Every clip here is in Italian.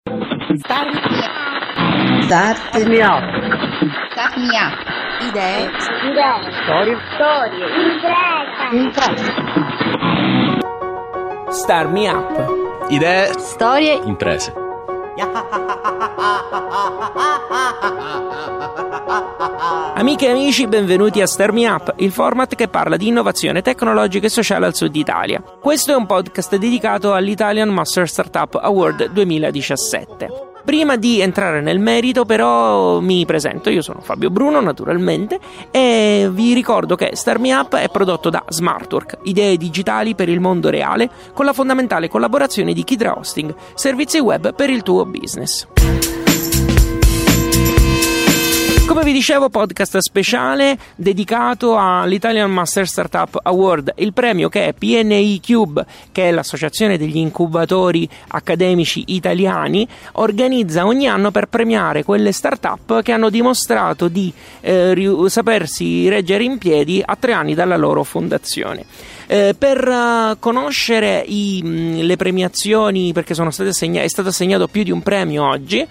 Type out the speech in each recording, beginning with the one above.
Start me up. Idee. Storie. Start me up. Idee. Storie. Imprese. Amiche e amici, benvenuti a Start Me Up, il format che parla di innovazione tecnologica e sociale al sud Italia. Questo è un podcast dedicato all'Italian Master Startup Award 2017. Prima di entrare nel merito però mi presento, io sono Fabio Bruno naturalmente e vi ricordo che Start Me Up è prodotto da Smartwork, idee digitali per il mondo reale con la fondamentale collaborazione di Kidra Hosting, servizi web per il tuo business. Come vi dicevo, podcast speciale dedicato all'Italian Master Startup Award, il premio che PNI Cube, che è l'associazione degli incubatori accademici italiani, organizza ogni anno per premiare quelle startup che hanno dimostrato di sapersi reggere in piedi a 3 anni dalla loro fondazione. Per conoscere le premiazioni, perché è stato assegnato più di un premio oggi,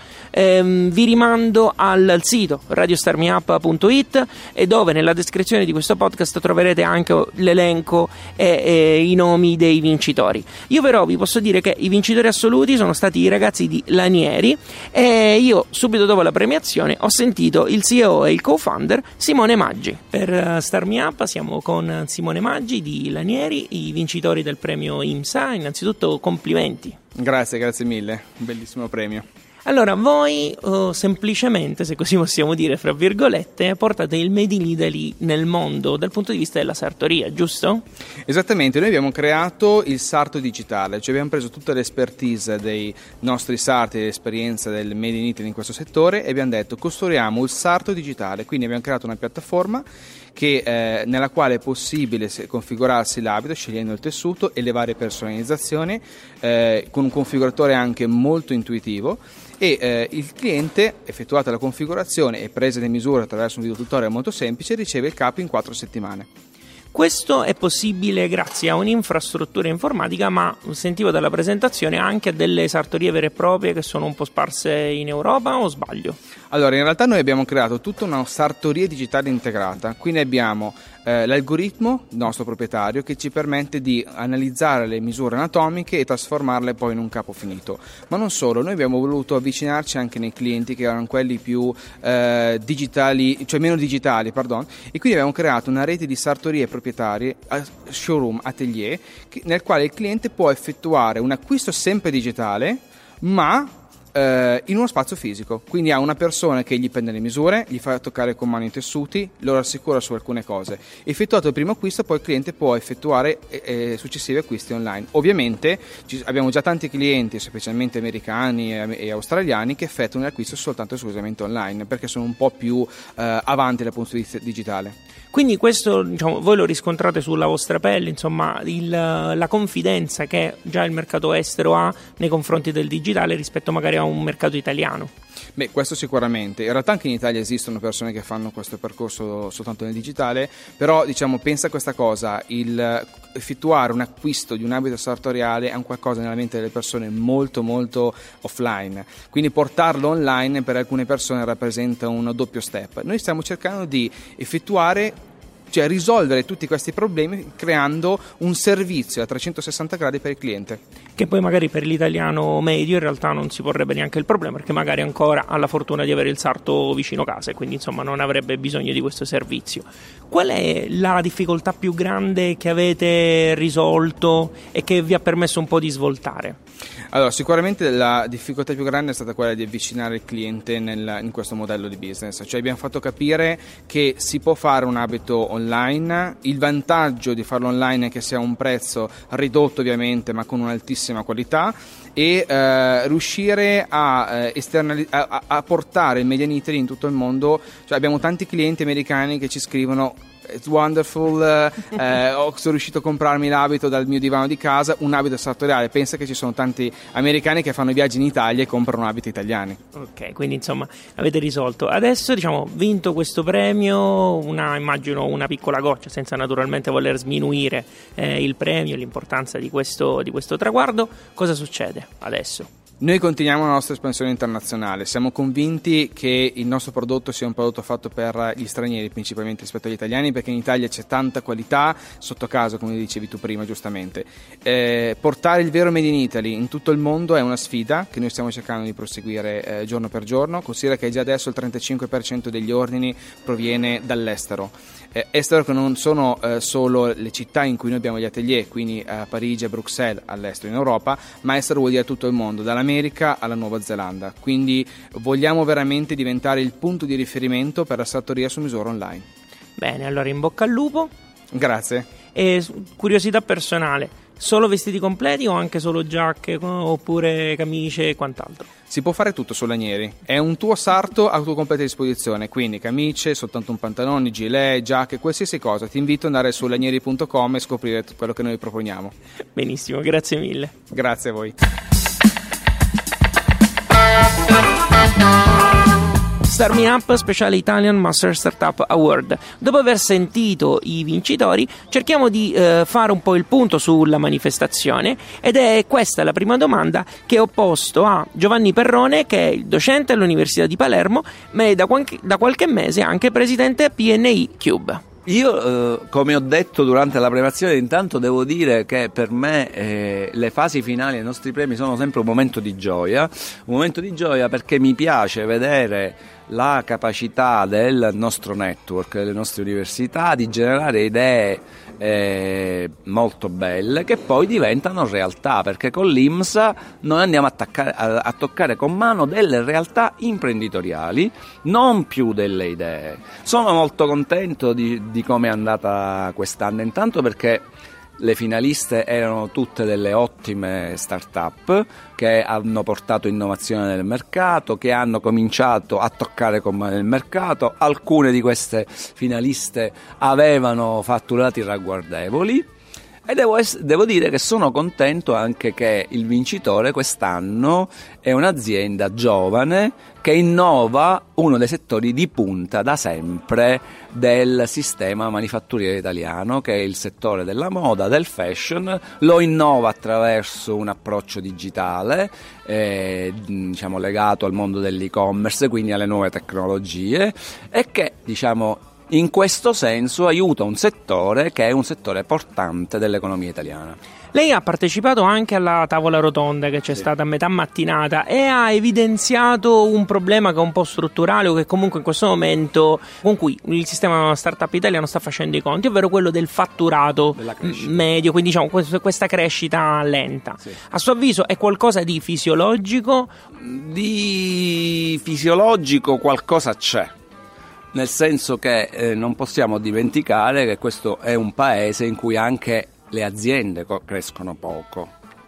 vi rimando al sito radiostarmeup.it e dove nella descrizione di questo podcast troverete anche l'elenco e i nomi dei vincitori. Io però vi posso dire che i vincitori assoluti sono stati i ragazzi di Lanieri e io subito dopo la premiazione ho sentito il CEO e il co-founder Simone Maggi. Per Start Me Up siamo con Simone Maggi di Lanieri, i vincitori del premio IMSA. Innanzitutto complimenti. Grazie mille, un bellissimo premio. Allora, voi semplicemente, se così possiamo dire, fra virgolette, portate il Made in Italy nel mondo dal punto di vista della sartoria, giusto? Esattamente, noi abbiamo creato il sarto digitale, cioè abbiamo preso tutta l'expertise dei nostri sarti e l'esperienza del Made in Italy in questo settore e abbiamo detto costruiamo il sarto digitale, quindi abbiamo creato una piattaforma nella quale è possibile configurarsi l'abito scegliendo il tessuto e le varie personalizzazioni con un configuratore anche molto intuitivo e il cliente, effettuata la configurazione e prese le misure attraverso un video tutorial molto semplice, riceve il capo in 4 settimane. Questo è possibile grazie a un'infrastruttura informatica, ma sentivo dalla presentazione anche a delle sartorie vere e proprie che sono un po' sparse in Europa, o sbaglio? Allora, in realtà noi abbiamo creato tutta una sartoria digitale integrata, quindi abbiamo l'algoritmo nostro proprietario che ci permette di analizzare le misure anatomiche e trasformarle poi in un capo finito. Ma non solo, noi abbiamo voluto avvicinarci anche nei clienti che erano quelli più digitali, cioè meno digitali, e quindi abbiamo creato una rete di sartorie proprietarie, showroom, atelier, nel quale il cliente può effettuare un acquisto sempre digitale, ma in uno spazio fisico, quindi ha una persona che gli prende le misure, gli fa toccare con mano i tessuti, lo rassicura su alcune cose. Effettuato il primo acquisto, poi il cliente può effettuare successivi acquisti online. Ovviamente abbiamo già tanti clienti, specialmente americani e australiani, che effettuano l'acquisto soltanto e esclusivamente online, perché sono un po' più avanti dal punto di vista digitale. Quindi questo, voi lo riscontrate sulla vostra pelle, insomma, la confidenza che già il mercato estero ha nei confronti del digitale rispetto magari a un mercato italiano? Beh, questo sicuramente. In realtà anche in Italia esistono persone che fanno questo percorso soltanto nel digitale, però pensa a questa cosa, il effettuare un acquisto di un abito sartoriale è un qualcosa nella mente delle persone molto molto offline, quindi portarlo online per alcune persone rappresenta un doppio step. Noi stiamo cercando di risolvere tutti questi problemi creando un servizio a 360 gradi per il cliente. Che poi magari per l'italiano medio in realtà non si porrebbe neanche il problema, perché magari ancora ha la fortuna di avere il sarto vicino casa e quindi insomma non avrebbe bisogno di questo servizio. Qual è la difficoltà più grande che avete risolto e che vi ha permesso un po' di svoltare? Allora, sicuramente la difficoltà più grande è stata quella di avvicinare il cliente in questo modello di business, cioè abbiamo fatto capire che si può fare un abito online, il vantaggio di farlo online è che si ha un prezzo ridotto ovviamente ma con un'altissima qualità e riuscire a portare il Made in Italy in tutto il mondo. Cioè abbiamo tanti clienti americani che ci scrivono it's wonderful, sono riuscito a comprarmi l'abito dal mio divano di casa, un abito sartoriale. Pensa che ci sono tanti americani che fanno viaggi in Italia e comprano abiti italiani. Ok, quindi insomma avete risolto. Adesso vinto questo premio, immagino una piccola goccia, senza naturalmente voler sminuire il premio e l'importanza di questo traguardo. Cosa succede adesso? Noi continuiamo la nostra espansione internazionale, siamo convinti che il nostro prodotto sia un prodotto fatto per gli stranieri principalmente rispetto agli italiani, perché in Italia c'è tanta qualità sotto casa, come dicevi tu prima giustamente. Portare il vero Made in Italy in tutto il mondo è una sfida che noi stiamo cercando di proseguire giorno per giorno. Considera che già adesso il 35% degli ordini proviene dall'estero. Estero che non sono solo le città in cui noi abbiamo gli atelier, quindi a Parigi, a Bruxelles, all'estero in Europa, ma estero vuol dire tutto il mondo, dall'America alla Nuova Zelanda. Quindi vogliamo veramente diventare il punto di riferimento per la sartoria su misura online. Bene, allora in bocca al lupo. Grazie. E curiosità personale, solo vestiti completi o anche solo giacche oppure camicie e quant'altro? Si può fare tutto su Lanieri, è un tuo sarto a tua completa disposizione, quindi camicie, soltanto un pantalone, gilet, giacche, qualsiasi cosa. Ti invito ad andare su lanieri.com e scoprire quello che noi proponiamo. Benissimo, grazie mille. Grazie a voi. Start Me Up speciale Italian Master Startup Award. Dopo aver sentito i vincitori, cerchiamo di fare un po' il punto sulla manifestazione, ed è questa la prima domanda che ho posto a Giovanni Perrone, che è il docente all'Università di Palermo, ma è da qualche mese anche presidente PNI Cube. Io, come ho detto durante la premiazione, intanto devo dire che per me le fasi finali dei nostri premi sono sempre un momento di gioia perché mi piace vedere la capacità del nostro network, delle nostre università, di generare idee molto belle che poi diventano realtà, perché con l'IMSA noi andiamo a toccare con mano delle realtà imprenditoriali, non più delle idee. Sono molto contento di come è andata quest'anno, intanto perché le finaliste erano tutte delle ottime start-up che hanno portato innovazione nel mercato, che hanno cominciato a toccare con mano il mercato. Alcune di queste finaliste avevano fatturati ragguardevoli e devo dire che sono contento anche che il vincitore quest'anno è un'azienda giovane che innova uno dei settori di punta da sempre del sistema manifatturiero italiano, che è il settore della moda, del fashion. Lo innova attraverso un approccio digitale, diciamo legato al mondo dell'e-commerce, quindi alle nuove tecnologie, e che, diciamo, in questo senso aiuta un settore che è un settore portante dell'economia italiana. Lei ha partecipato anche alla tavola rotonda che c'è stata a metà mattinata e ha evidenziato un problema che è un po' strutturale, o che comunque in questo momento con cui il sistema startup italiano sta facendo i conti, ovvero quello del fatturato medio, quindi diciamo questa crescita lenta. Sì. A suo avviso è qualcosa di fisiologico? Di fisiologico qualcosa c'è. Nel senso che non possiamo dimenticare che questo è un paese in cui anche le aziende crescono poco,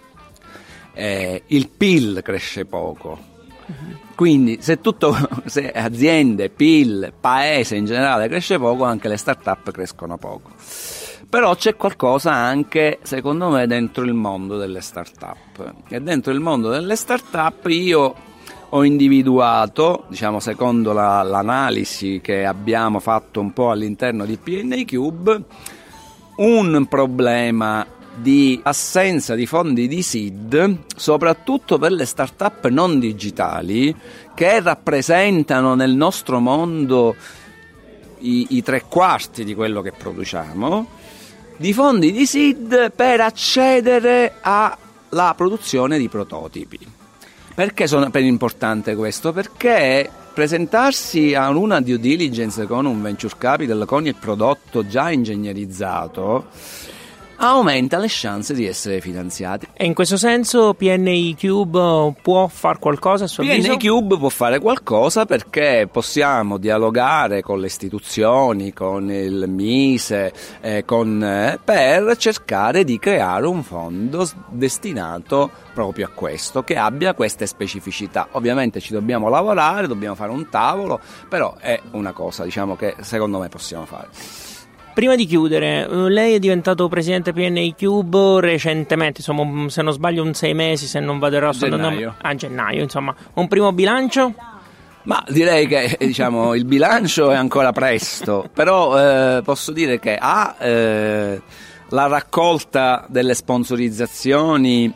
il PIL cresce poco, quindi se aziende, PIL, paese in generale cresce poco, anche le start-up crescono poco. Però c'è qualcosa anche, secondo me, dentro il mondo delle start-up, e dentro il mondo delle start-up io ho individuato, diciamo secondo l'analisi che abbiamo fatto un po' all'interno di PNI Cube, un problema di assenza di fondi di seed, soprattutto per le start-up non digitali, che rappresentano nel nostro mondo i 3/4 di quello che produciamo, di fondi di seed per accedere alla produzione di prototipi. Perché è importante questo? Perché presentarsi a una due diligence con un venture capital, con il prodotto già ingegnerizzato, aumenta le chance di essere finanziati. E in questo senso PNI Cube può fare qualcosa a suo avviso? PNI Cube può fare qualcosa perché possiamo dialogare con le istituzioni, con il MISE, per cercare di creare un fondo destinato proprio a questo, che abbia queste specificità. Ovviamente ci dobbiamo lavorare, dobbiamo fare un tavolo, però è una cosa, diciamo, che secondo me possiamo fare. Prima di chiudere, lei è diventato presidente PNI Cube recentemente, insomma, se non sbaglio 6 mesi, se non vado errato, a gennaio, insomma, un primo bilancio? Ma direi che diciamo il bilancio è ancora presto, però posso dire che la raccolta delle sponsorizzazioni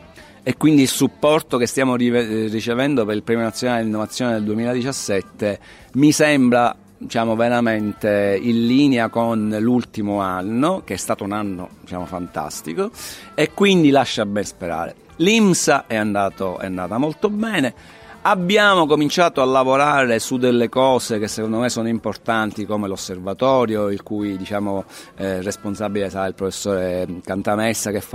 e quindi il supporto che stiamo ricevendo per il Premio Nazionale dell'Innovazione del 2017 mi sembra, diciamo, veramente in linea con l'ultimo anno, che è stato un anno, diciamo, fantastico, e quindi lascia ben sperare. L'IMSA è andata molto bene. Abbiamo cominciato a lavorare su delle cose che secondo me sono importanti, come l'osservatorio, il cui, diciamo, responsabile sarà il professore Cantamessa, che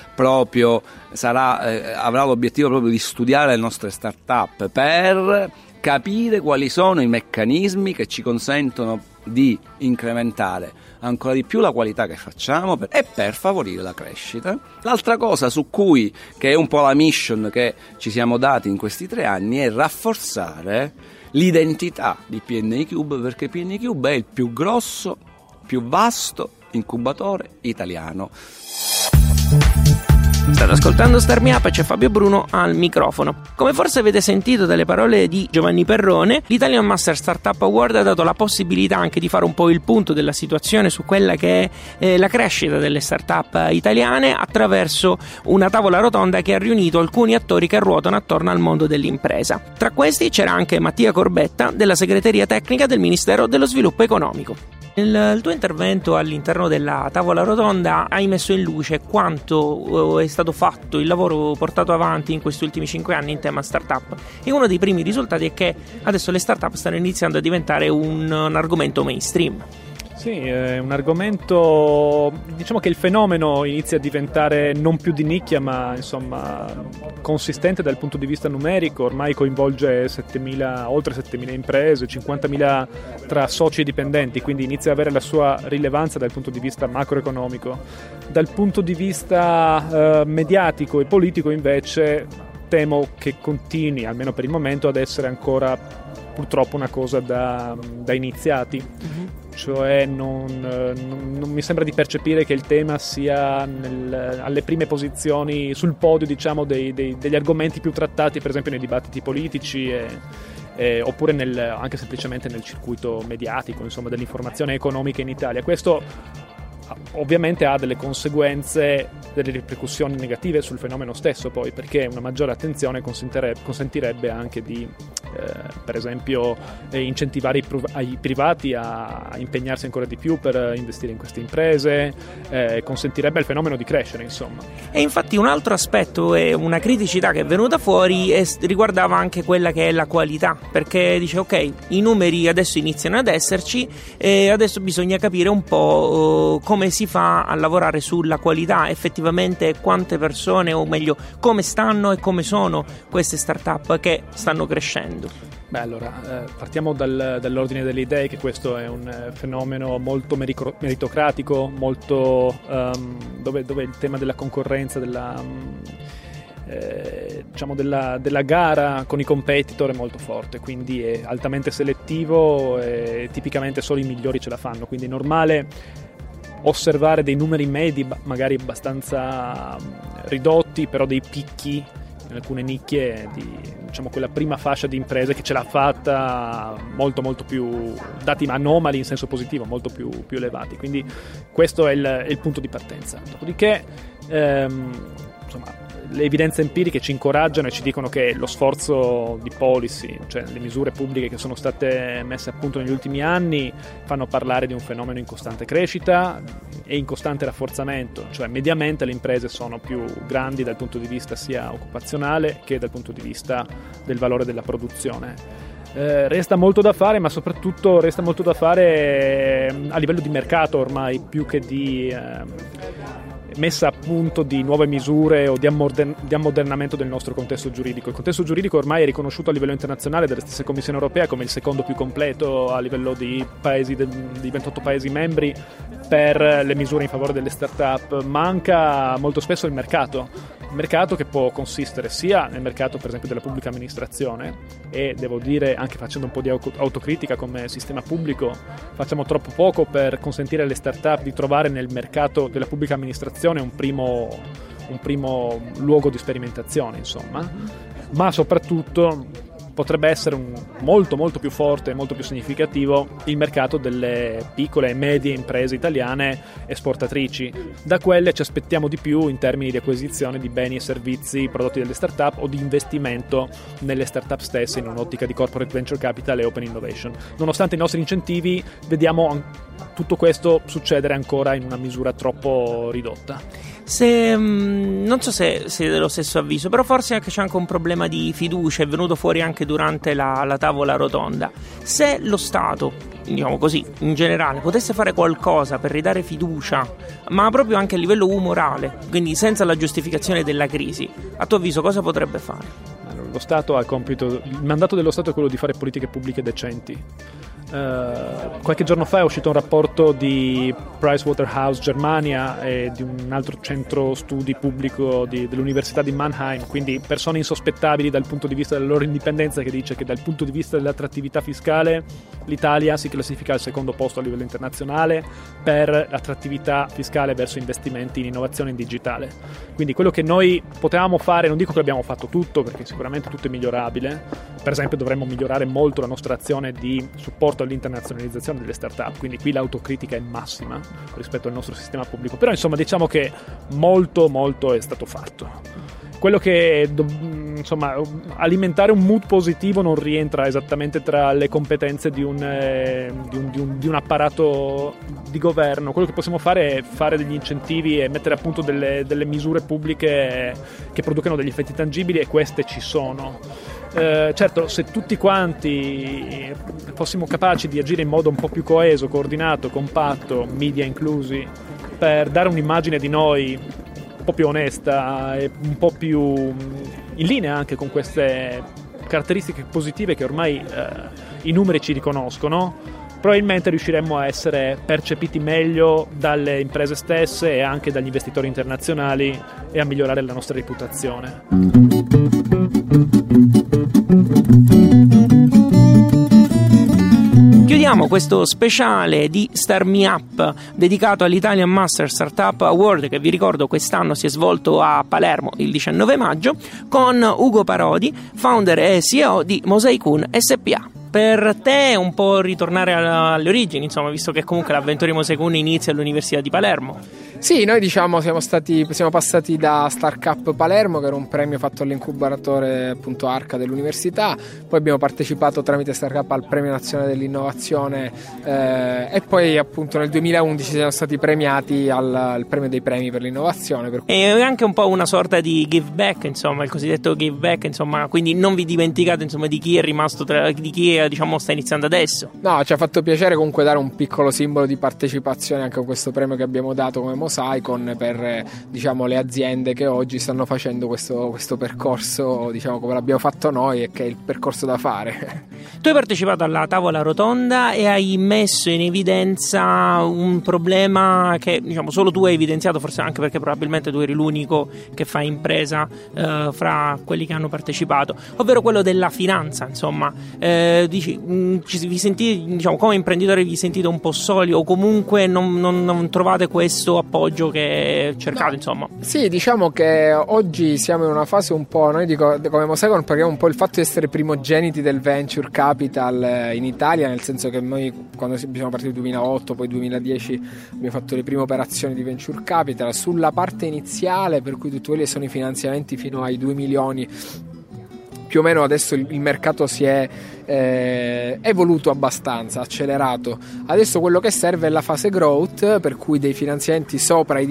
avrà l'obiettivo proprio di studiare le nostre start-up per capire quali sono i meccanismi che ci consentono di incrementare ancora di più la qualità che facciamo e per favorire la crescita. L'altra cosa su cui, che è un po' la mission che ci siamo dati in questi 3 anni, è rafforzare l'identità di PNI Cube, perché PNI Cube è il più grosso, più vasto incubatore italiano. State ascoltando Start Me Up e c'è Fabio Bruno al microfono. Come forse avete sentito dalle parole di Giovanni Perrone, l'Italian Master Startup Award ha dato la possibilità anche di fare un po' il punto della situazione su quella che è la crescita delle startup italiane attraverso una tavola rotonda che ha riunito alcuni attori che ruotano attorno al mondo dell'impresa. Tra questi c'era anche Mattia Corbetta della segreteria tecnica del Ministero dello Sviluppo Economico. Nel tuo intervento all'interno della tavola rotonda hai messo in luce quanto è stato fatto, il lavoro portato avanti in questi ultimi 5 anni in tema startup, e uno dei primi risultati è che adesso le startup stanno iniziando a diventare un argomento mainstream. Sì, è un argomento, diciamo che il fenomeno inizia a diventare non più di nicchia, ma insomma consistente dal punto di vista numerico. Ormai coinvolge oltre 7.000 imprese, 50.000 tra soci e dipendenti, quindi inizia ad avere la sua rilevanza dal punto di vista macroeconomico. Dal punto di vista mediatico e politico invece temo che continui, almeno per il momento, ad essere ancora purtroppo una cosa da iniziati. Cioè non mi sembra di percepire che il tema sia alle prime posizioni sul podio, diciamo, degli argomenti più trattati, per esempio nei dibattiti politici oppure anche semplicemente nel circuito mediatico, insomma, dell'informazione economica in Italia. Questo ovviamente ha delle conseguenze, delle ripercussioni negative sul fenomeno stesso, poi, perché una maggiore attenzione consentirebbe anche di per esempio incentivare i privati a impegnarsi ancora di più per investire in queste imprese, consentirebbe al fenomeno di crescere, insomma. E infatti un altro aspetto e una criticità che è venuta fuori riguardava anche quella che è la qualità, perché dice ok, i numeri adesso iniziano ad esserci e adesso bisogna capire un po' come si fa a lavorare sulla qualità, effettivamente quante persone, o meglio come stanno e come sono queste startup che stanno crescendo. Beh, allora, partiamo dall'ordine delle idee, che questo è un fenomeno molto meritocratico, molto dove il tema della concorrenza, diciamo della gara con i competitor è molto forte, quindi è altamente selettivo e tipicamente solo i migliori ce la fanno, quindi è normale osservare dei numeri medi magari abbastanza ridotti, però dei picchi in alcune nicchie di, diciamo, quella prima fascia di imprese che ce l'ha fatta molto molto più, dati anomali in senso positivo, molto più elevati, quindi questo è il punto di partenza. Dopodiché insomma, le evidenze empiriche ci incoraggiano e ci dicono che lo sforzo di policy, cioè le misure pubbliche che sono state messe a punto negli ultimi anni, fanno parlare di un fenomeno in costante crescita e in costante rafforzamento, cioè mediamente le imprese sono più grandi dal punto di vista sia occupazionale che dal punto di vista del valore della produzione. Resta molto da fare, ma soprattutto resta molto da fare a livello di mercato, ormai più che di messa a punto di nuove misure o di ammodernamento del nostro contesto giuridico. Il contesto giuridico ormai è riconosciuto a livello internazionale dalla stessa Commissione Europea come il secondo più completo a livello di paesi, di 28 paesi membri, per le misure in favore delle start-up. Manca molto spesso il mercato che può consistere sia nel mercato, per esempio, della pubblica amministrazione, e devo dire, anche facendo un po' di autocritica come sistema pubblico, facciamo troppo poco per consentire alle start-up di trovare nel mercato della pubblica amministrazione un primo luogo di sperimentazione, insomma. Ma soprattutto potrebbe essere molto molto più forte e molto più significativo il mercato delle piccole e medie imprese italiane esportatrici. Da quelle ci aspettiamo di più in termini di acquisizione di beni e servizi prodotti dalle start-up o di investimento nelle start-up stesse in un'ottica di corporate venture capital e open innovation. Nonostante i nostri incentivi, vediamo tutto questo succedere ancora in una misura troppo ridotta. Non so se siete dello stesso avviso, però forse c'è anche un problema di fiducia, è venuto fuori anche durante la tavola rotonda. Se lo Stato, diciamo così, in generale, potesse fare qualcosa per ridare fiducia, ma proprio anche a livello umorale, quindi senza la giustificazione della crisi, a tuo avviso cosa potrebbe fare? Lo Stato ha il mandato dello Stato è quello di fare politiche pubbliche decenti. Qualche giorno fa è uscito un rapporto di Pricewaterhouse Germania e di un altro centro studi pubblico dell'Università di Mannheim, quindi persone insospettabili dal punto di vista della loro indipendenza, che dice che dal punto di vista dell'attrattività fiscale l'Italia si classifica al secondo posto a livello internazionale per l'attrattività fiscale verso investimenti in innovazione in digitale. Quindi quello che noi potevamo fare, non dico che abbiamo fatto tutto, perché sicuramente tutto è migliorabile. Per esempio dovremmo migliorare molto la nostra azione di supporto all'internazionalizzazione delle start-up, quindi qui l'autocritica è massima rispetto al nostro sistema pubblico, però insomma diciamo che molto è stato fatto. Quello che alimentare un mood positivo non rientra esattamente tra le competenze di un apparato di governo. Quello che possiamo fare è fare degli incentivi e mettere a punto delle misure pubbliche che producano degli effetti tangibili, e queste ci sono. Certo, se tutti quanti fossimo capaci di agire in modo un po' più coeso, coordinato, compatto, media inclusi, per dare un'immagine di noi un po' più onesta e un po' più in linea anche con queste caratteristiche positive che ormai i numeri ci riconoscono, probabilmente riusciremmo a essere percepiti meglio dalle imprese stesse e anche dagli investitori internazionali e a migliorare la nostra reputazione. Chiudiamo questo speciale di Start Me Up dedicato all'Italian Master Startup Award, che vi ricordo quest'anno si è svolto a Palermo il 19 maggio, con Ugo Parodi, founder e CEO di Mosaicun SPA. Per te è un po' ritornare alle origini, insomma, visto che comunque l'avventura di Mosaicun inizia all'Università di Palermo. Sì, noi diciamo siamo passati da Startup Palermo, che era un premio fatto all'incubatore appunto Arca dell'università, poi abbiamo partecipato tramite Startup al Premio Nazionale dell'Innovazione e poi appunto nel 2011 siamo stati premiati al Premio dei Premi per l'Innovazione. E anche un po' una sorta di give back, insomma, il cosiddetto give back, insomma, quindi non vi dimenticate insomma di chi è rimasto, di chi diciamo sta iniziando adesso. No, ci ha fatto piacere comunque dare un piccolo simbolo di partecipazione anche a questo premio che abbiamo dato come Mosaicon per diciamo le aziende che oggi stanno facendo questo percorso, diciamo come l'abbiamo fatto noi, e che è il percorso da fare. Tu hai partecipato alla tavola rotonda e hai messo in evidenza un problema che diciamo solo tu hai evidenziato, forse anche perché probabilmente tu eri l'unico che fa impresa fra quelli che hanno partecipato, ovvero quello della finanza. Insomma, vi sentite, diciamo, come imprenditori vi sentite un po' soli, o comunque non trovate questo appoggio che cercate? No. Insomma, sì, diciamo che oggi siamo in una fase un po', noi come Mosaicon prendiamo un po' il fatto di essere primogeniti del venture capital in Italia, nel senso che noi quando siamo partiti nel 2008, poi 2010 abbiamo fatto le prime operazioni di venture capital sulla parte iniziale, per cui tutti quelli sono i finanziamenti fino ai 2 milioni. Più o meno adesso il mercato si è evoluto abbastanza, accelerato. Adesso quello che serve è la fase growth, per cui dei finanziamenti sopra i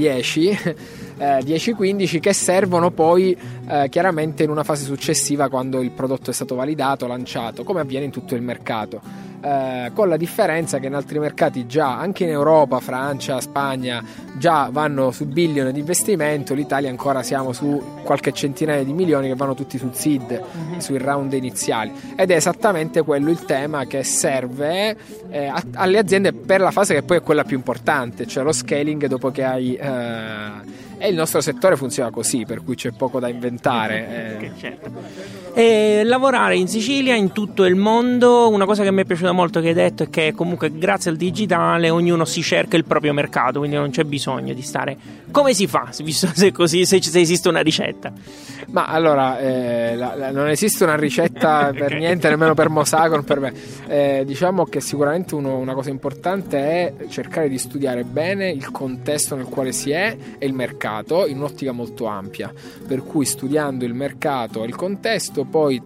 10-15 che servono poi chiaramente in una fase successiva, quando il prodotto è stato validato, lanciato, come avviene in tutto il mercato. Con la differenza che in altri mercati già, anche in Europa, Francia, Spagna, già vanno su billion di investimento. L'Italia ancora siamo su qualche centinaia di milioni che vanno tutti sul seed, sui round iniziali, ed è esattamente quello il tema che serve alle aziende per la fase che poi è quella più importante, cioè lo scaling dopo che hai e il nostro settore funziona così, per cui c'è poco da inventare. Certo. E lavorare in Sicilia, in tutto il mondo, una cosa che mi è piaciuta molto che hai detto è che comunque grazie al digitale ognuno si cerca il proprio mercato, quindi non c'è bisogno di stare Come si fa, visto se così, se esiste una ricetta? Ma allora, non esiste una ricetta per niente, nemmeno per Mosagon, per me. Diciamo che sicuramente una cosa importante è cercare di studiare bene il contesto nel quale si è e il mercato in un'ottica molto ampia, per cui studiando il mercato e il contesto poi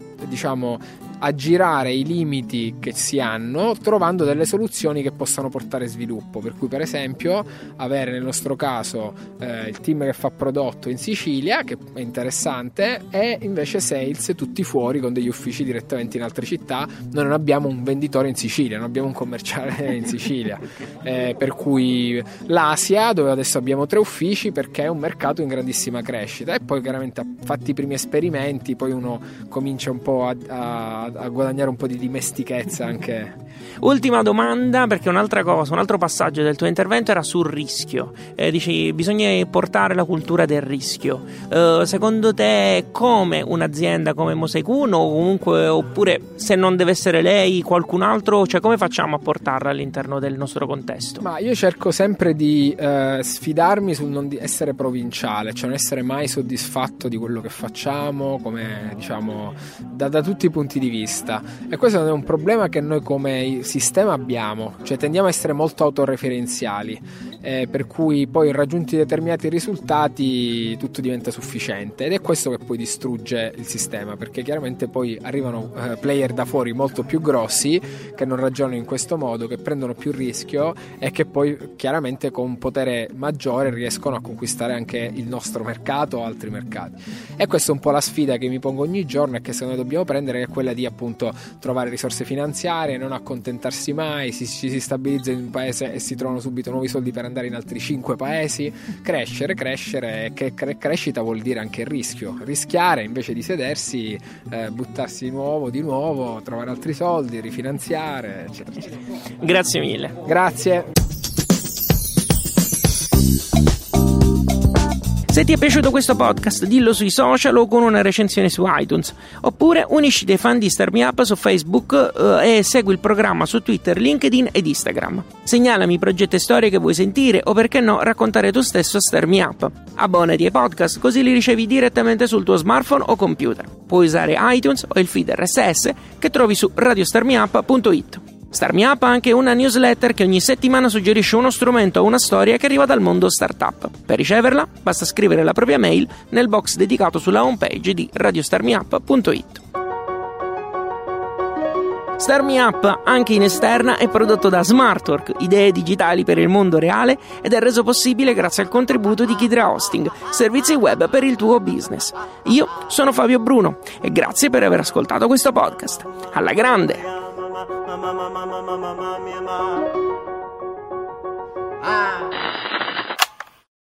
aggirare i limiti che si hanno, trovando delle soluzioni che possano portare sviluppo. Per cui, per esempio, avere nel nostro caso il team che fa prodotto in Sicilia, che è interessante, e invece sales tutti fuori con degli uffici direttamente in altre città. Noi non abbiamo un venditore in Sicilia, non abbiamo un commerciale in Sicilia, per cui l'Asia, dove adesso abbiamo 3 uffici, perché è un mercato in grandissima crescita. E poi chiaramente, fatti i primi esperimenti, poi uno comincia un po' a guadagnare un po' di dimestichezza anche. Ultima domanda, perché un'altra cosa, un altro passaggio del tuo intervento era sul rischio. Dici bisogna portare la cultura del rischio. Secondo te, come un'azienda come Mosaicun, o comunque, oppure se non deve essere lei, qualcun altro, cioè come facciamo a portarla all'interno del nostro contesto? Ma io cerco sempre di sfidarmi sul non essere provinciale, cioè non essere mai soddisfatto di quello che facciamo, come da tutti i punti di vista. E questo non è un problema che noi come sistema abbiamo, cioè tendiamo a essere molto autoreferenziali, per cui poi raggiunti determinati risultati tutto diventa sufficiente, ed è questo che poi distrugge il sistema, perché chiaramente poi arrivano player da fuori molto più grossi che non ragionano in questo modo, che prendono più rischio e che poi chiaramente con un potere maggiore riescono a conquistare anche il nostro mercato o altri mercati. E questa è un po' la sfida che mi pongo ogni giorno e che secondo me dobbiamo prendere, che è quella di appunto trovare risorse finanziarie, non accontentarsi mai, ci si stabilizza in un paese e si trovano subito nuovi soldi per andare in altri 5 paesi, crescere, che crescita vuol dire anche rischio, rischiare invece di sedersi, buttarsi di nuovo, trovare altri soldi, rifinanziare, eccetera, eccetera. Grazie mille. Grazie. Se ti è piaciuto questo podcast, dillo sui social o con una recensione su iTunes, oppure unisci dei fan di Start Me Up su Facebook e segui il programma su Twitter, LinkedIn ed Instagram. Segnalami progetti e storie che vuoi sentire, o perché no raccontare tu stesso a Start Me Up. Abbonati ai podcast, così li ricevi direttamente sul tuo smartphone o computer. Puoi usare iTunes o il feed RSS che trovi su radiostarmeup.it. Start Me Up ha anche una newsletter che ogni settimana suggerisce uno strumento o una storia che arriva dal mondo startup. Per riceverla basta scrivere la propria mail nel box dedicato sulla homepage di radiostarmeup.it. Start Me Up, anche in esterna, è prodotto da Smartwork, idee digitali per il mondo reale, ed è reso possibile grazie al contributo di Kidra Hosting, servizi web per il tuo business. Io sono Fabio Bruno e grazie per aver ascoltato questo podcast. Alla grande! Ah.